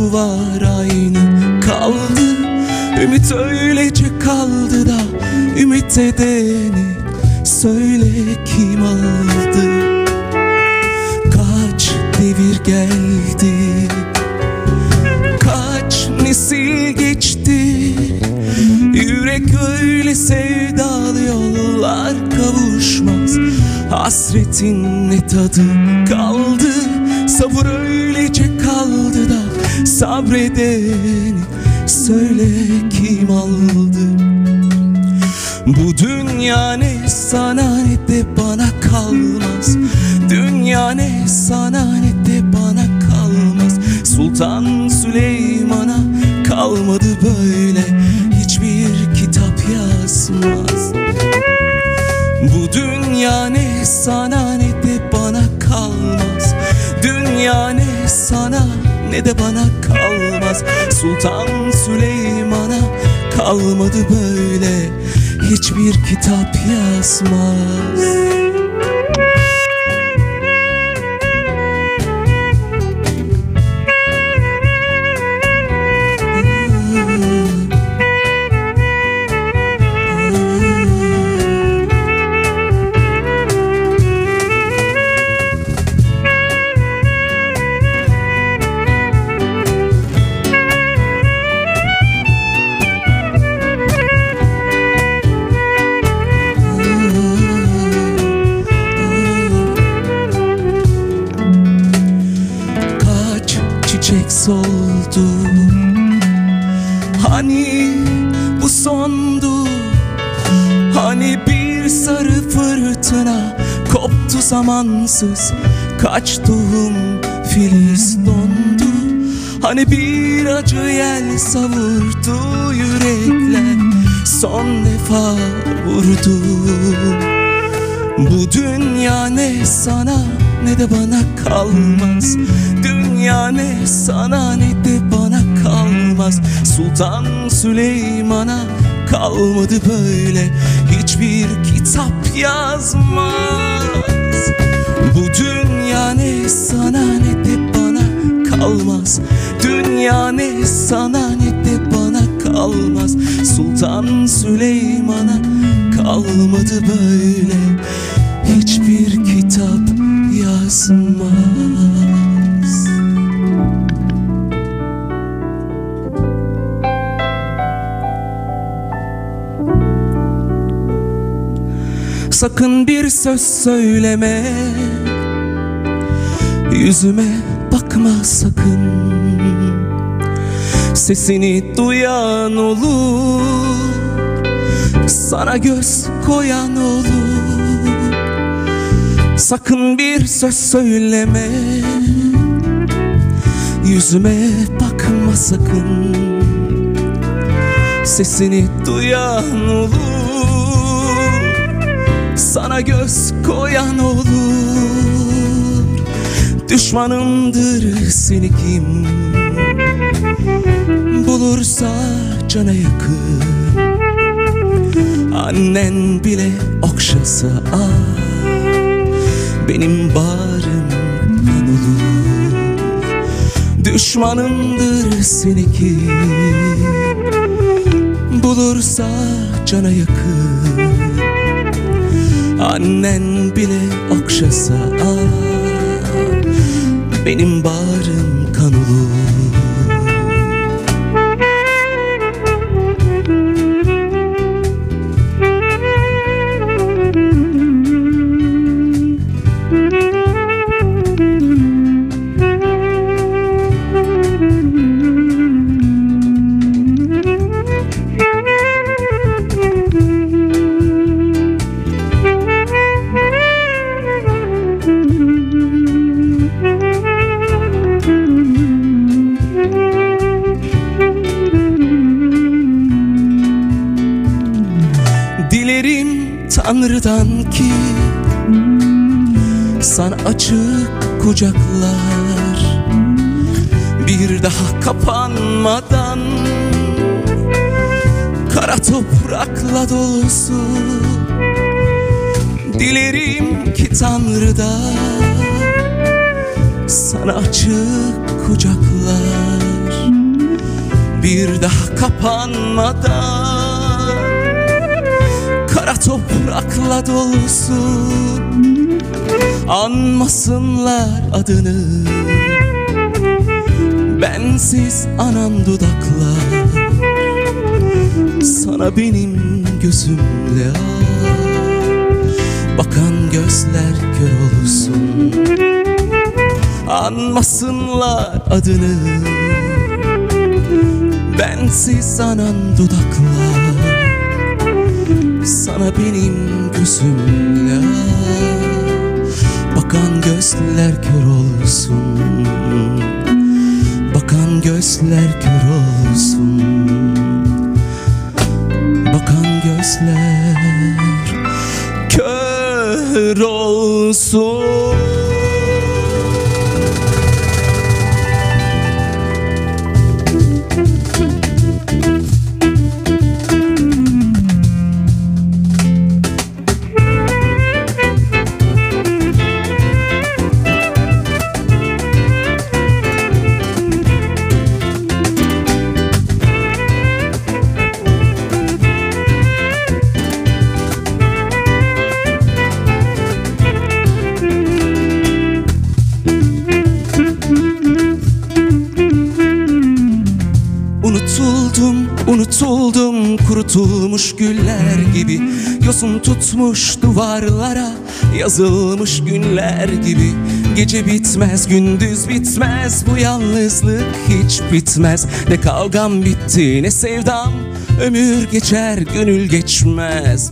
duvar aynı kaldı. Ümit öylece kaldı da ümit edeni söyle kim aldı? Kaç devir geldi, kaç nesil geçti, yürek öyle sevdalı yollar kavuşmaz. Hasretin ne tadı kaldı, sabır öylece kaldı da sabredeni söyle kim aldı? Bu dünya ne sana ne de bana kalmaz. Dünya ne sana ne de bana kalmaz. Sultan Süleyman'a kalmadı böyle, hiçbir kitap yazmaz. Bu dünya ne sana ne de bana kalmaz. Dünya ne sana ne de bana kalmaz. Sultan Süleyman'a kalmadı böyle, hiçbir kitap yazmaz. Çiçek soldu, hani bu sondu? Hani bir sarı fırtına koptu zamansız, kaç tohum filiz dondu. Hani bir acı yel savurdu yürekler, son defa vurdu. Bu dünya ne sana ne de bana kalmaz. Dünya ne sana ne de bana kalmaz. Sultan Süleyman'a kalmadı böyle, hiçbir kitap yazmaz. Bu dünya ne sana ne de bana kalmaz. Dünya ne sana ne de bana kalmaz. Sultan Süleyman'a kalmadı böyle, hiçbir kitap yazmaz. Sakın bir söz söyleme, yüzüme bakma sakın. Sesini duyan olur, sana göz koyan olur. Sakın bir söz söyleme, yüzüme bakma sakın. Sesini duyan olur, sana göz koyan olur. Düşmanındır seni kim bulursa cana yakın. Annen bile okşasa benim bağrım kan olur. Düşmanındır seni kim bulursa cana yakın. Annen bile okşasa benim bağrım kan olur. Dilerim Tanrı'dan ki sana açık kucaklar, bir daha kapanmadan kara toprakla dolusu. Dilerim ki Tanrı'dan sana açık kucaklar, bir daha kapanmadan kara toprakla dolusun. Anmasınlar adını, bensiz anan dudaklar, sana benim gözümle bakan gözler kör olsun. Anmasınlar adını, bensiz anan dudaklar, sana benim gözümle bakan gözler kör olsun. Bakan gözler kör olsun. Bakan gözler kör olsun. Unutuldum kurutulmuş güller gibi, yosun tutmuş duvarlara yazılmış günler gibi. Gece bitmez, gündüz bitmez, bu yalnızlık hiç bitmez. Ne kavgam bitti, ne sevdam, ömür geçer, gönül geçmez.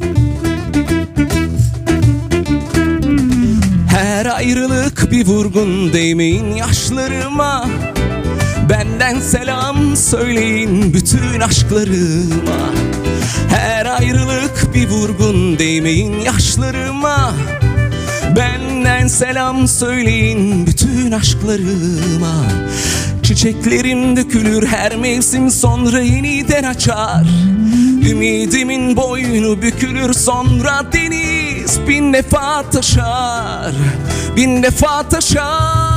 Her ayrılık bir vurgun, değmeyin yaşlarıma. Benden selam söyleyin bütün aşklarıma. Her ayrılık bir vurgun, değmeyin yaşlarıma. Benden selam söyleyin bütün aşklarıma. Çiçeklerim dökülür her mevsim, sonra yeniden açar. Ümidimin boynu bükülür, sonra deniz bin defa taşar. Bin defa taşar.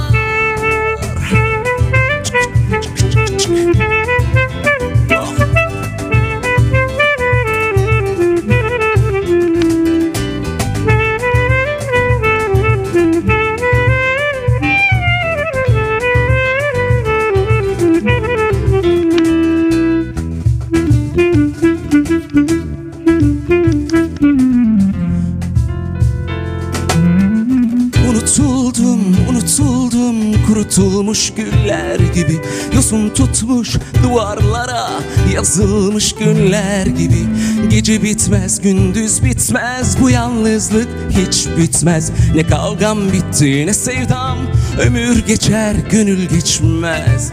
Unutuldum kurutulmuş güller gibi, yosun tutmuş duvarlara yazılmış günler gibi. Gece bitmez, gündüz bitmez, bu yalnızlık hiç bitmez. Ne kavgam bitti, ne sevdam, ömür geçer, gönül geçmez.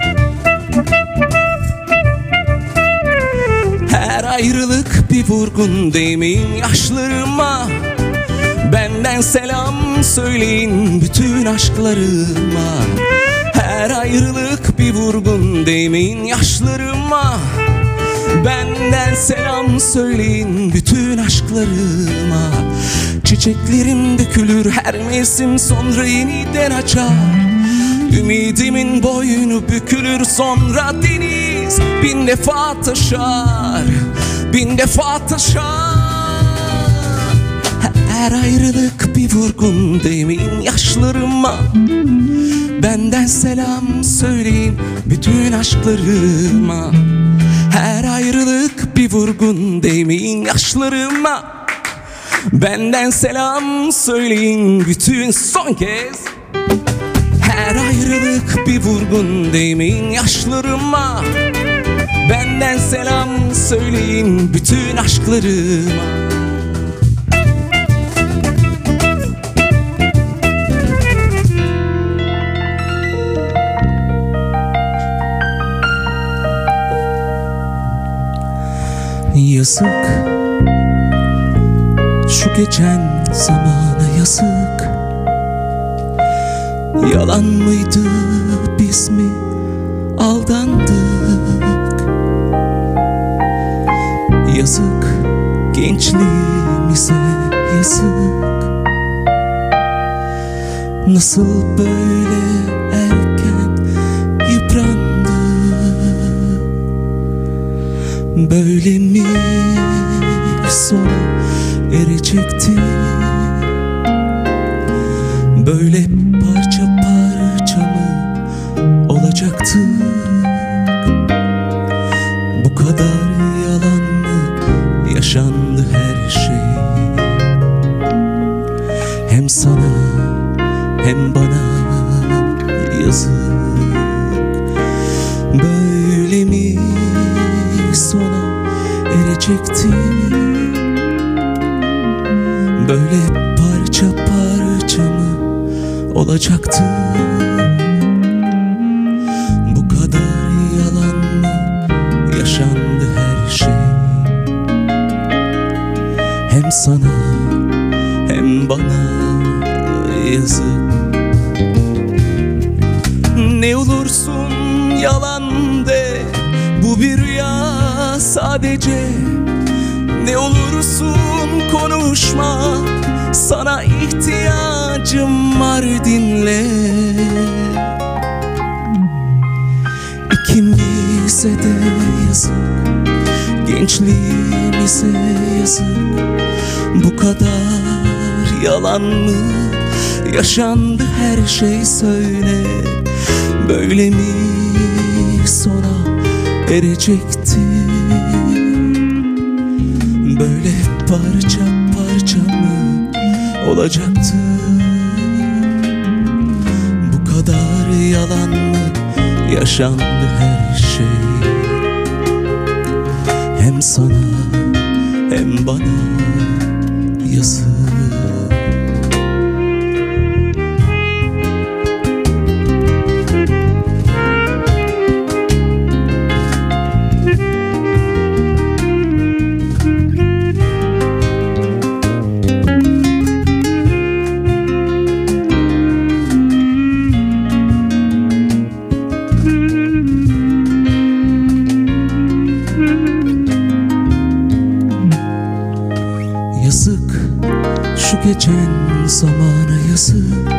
Her ayrılık bir vurgun, değmeyin yaşlarıma. Benden selam söyleyin bütün aşklarıma. Her ayrılık bir vurgun, değmeyin yaşlarıma. Benden selam söyleyin bütün aşklarıma. Çiçeklerim dökülür her mevsim, sonra yeniden açar. Ümidimin boynu bükülür, sonra deniz bin defa taşar. Bin defa taşar. Her ayrılık bir vurgun, değmeyin yaşlarıma. Benden selam söyleyin bütün aşklarıma. Her ayrılık bir vurgun, değmeyin yaşlarıma. Benden selam söyleyin bütün, son kez. Her ayrılık bir vurgun, değmeyin yaşlarıma. Benden selam söyleyin bütün aşklarıma. Yazık, şu geçen zamana yazık. Yalan mıydı, biz mi aldandık? Yazık gençliğimize, yazık. Nasıl böyle erken olacaktık. Bu kadar yalan mı yaşandı her şey? Hem sana hem bana yazık. Böyle mi sona erecekti? Böyle parça parça mı olacaktı? Bu kadar yalan mı yaşandı her şey? Hem sana hem bana yazık. Ne olursun yalan de, bu bir rüya sadece. Ne olursun konuşma, sana ihtiyacım var, dinle. İkimize de yazık, gençliğimize yazık. Bu kadar yalan mı yaşandı her şey, söyle. Böyle mi sona erecekti? Böyle parça parça mı olacaktı? Bu kadar yalan mı yaşandı her şey? Hem sana hem bana yazık. Yazık şu geçen zamana, yazık.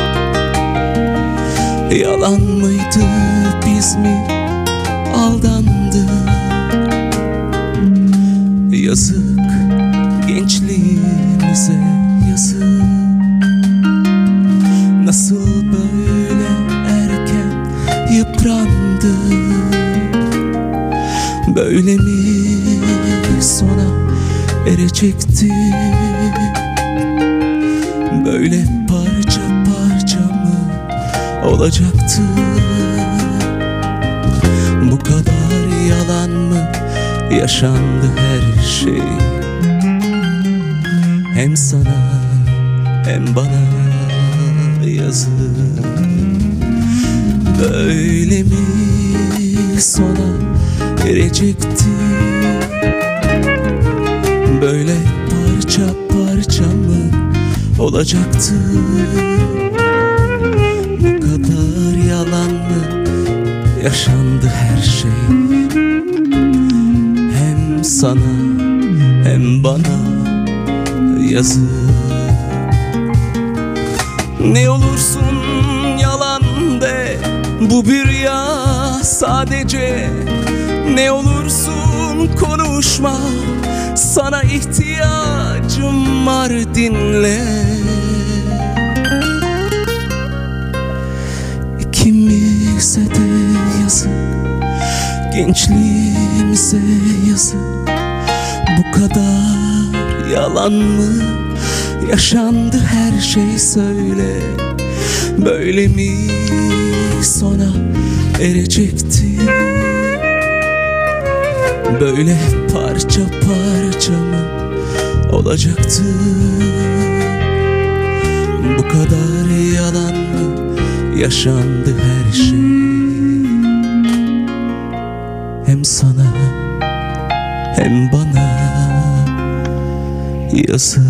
Yalan mıydı, biz mi aldandık? Yazık gençliğimize, yazık. Nasıl böyle erken yıprandık? Böyle mi sona erecekti? Böyle parça parça mı olacaktı? Bu kadar yalan mı yaşandı her şey? Hem sana hem bana yazık. Böyle mi sona erecekti? Böyle parça parça mı olacaktı? Bu kadar yalan mı yaşandı her şey? Hem sana hem bana yazık. Ne olursun yalan de, bu bir rüya sadece. Ne olursun konuşma, sana ihtiyacım var, dinle. İkimize de yazık, gençliğimize yazık. Bu kadar yalan mı yaşandı her şey, söyle. Böyle mi sona erecekti? Böyle parça parça mı olacaktı? Bu kadar yalan mı yaşandı her şey? Hem sana hem bana yazık.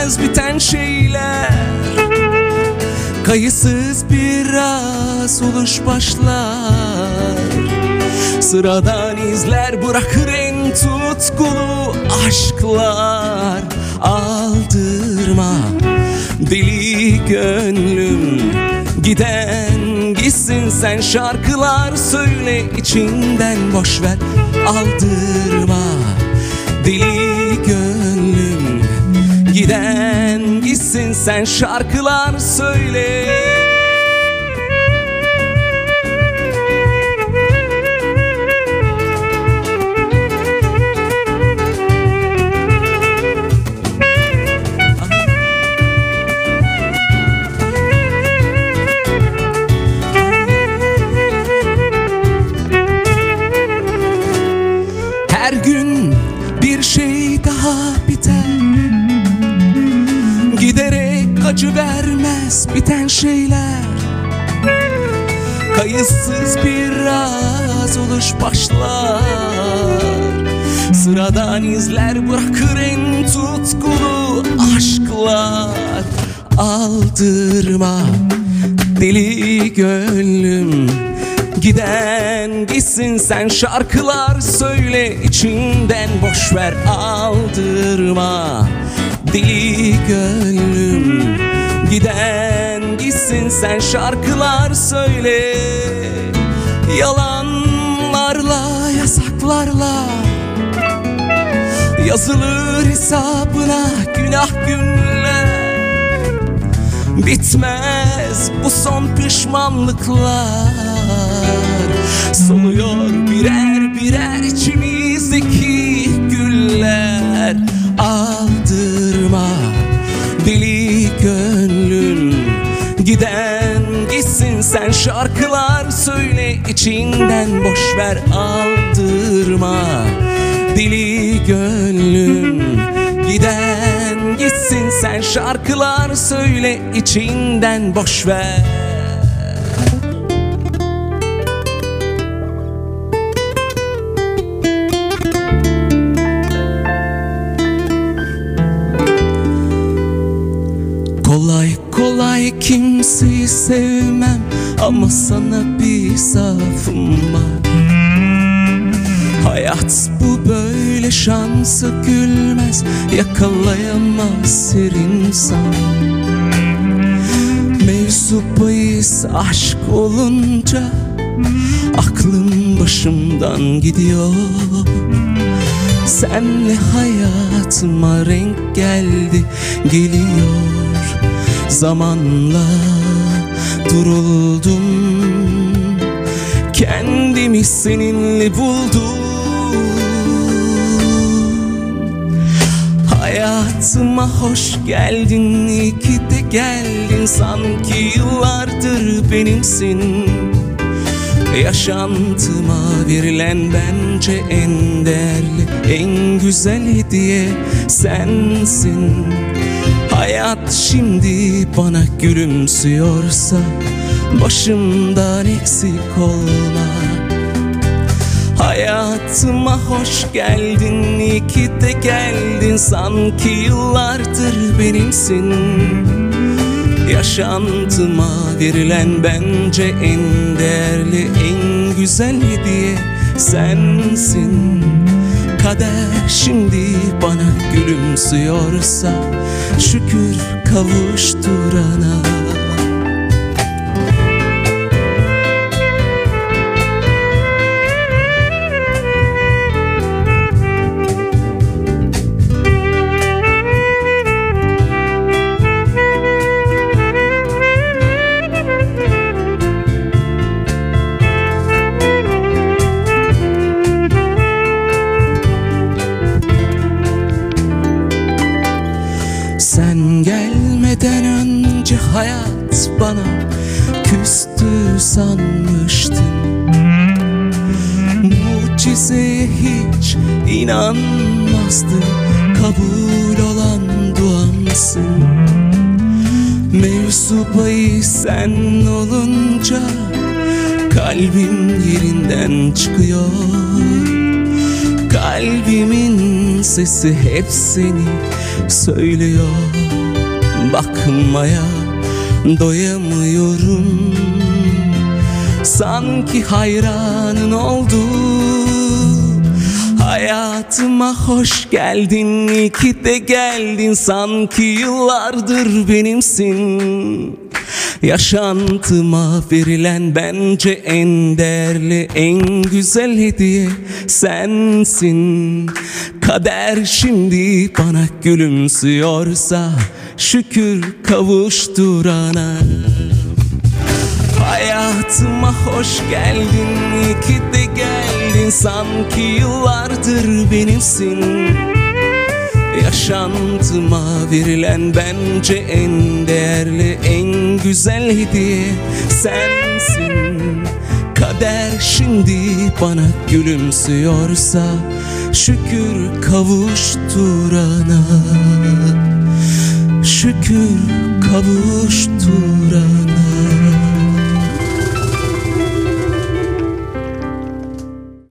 bitmez biten şeyler. Kayıtsız biraz oluş başlar, sıradan izler bırakır en tutkulu aşklar. Aldırma deli gönlüm, giden gitsin sen, şarkılar söyle içinden, boşver. Aldırma deli gönlüm, giden gitsin sen, şarkılar söyle. Her gün bir şey daha biter, giderek acı vermez biten şeyler. Kayıtsız biraz oluş başlar, sıradan izler bırakır en tutkulu aşklar. Aldırma deli gönlüm, giden gitsin sen, şarkılar söyle içinden, boşver. Aldırma deli gönlüm, giden gitsin sen, şarkılar söyle. Yalanlarla, yasaklarla yazılır hesabına günah günler. Bitmez bu son pişmanlıklar, soluyor birer birer içimizdeki güller. Aldırma deli gönlüm, giden gitsin sen, şarkılar söyle içinden, boşver. Aldırma deli gönlüm, giden gitsin sen, şarkılar söyle içinden, boşver. Kolay kolay kimseyi sevmem, ama sana bir zaafım var. Hayat bu böyle, şansı gülmez, yakalayamaz her insan. Mevzu bahis aşk olunca aklım başımdan gidiyor. Senle hayatıma renk geldi, geliyor. Zamanla duruldum, kendimi seninle buldum. Hayatıma hoş geldin, iyi ki de geldin, sanki yıllardır benimsin. Yaşantıma verilen bence en değerli, en güzel hediye sensin. Hayat şimdi bana gülümsüyorsa, başımdan eksik olma. Hayatıma hoş geldin, iyi ki de geldin, sanki yıllardır benimsin. Yaşantıma verilen bence en değerli, en güzel hediye sensin. Kader şimdi bana gülümsüyorsa, şükür kavuşturana. Sen gelmeden önce hayat bana küstü sanmıştım. Mucizeye hiç inanmazdım, kabul olan duamsın. Mevzu bahis sen olunca kalbim yerinden çıkıyor. Kalbimin sesi hep seni söylüyor. bakmaya doyamıyorum. Sanki hayranın oldu. Hayatıma hoş geldin, iyi ki de geldin. Sanki yıllardır benimsin. Yaşantıma verilen bence en değerli, en güzel hediye sensin. Kader şimdi bana gülümsüyorsa şükür kavuşturana. Hayatıma hoş geldin, iyi ki de geldin. Sanki yıllardır benimsin. Yaşantıma verilen bence en değerli, en güzel hediye sensin. Kader şimdi bana gülümsüyorsa şükür kavuşturana. Şükür kavuşturana.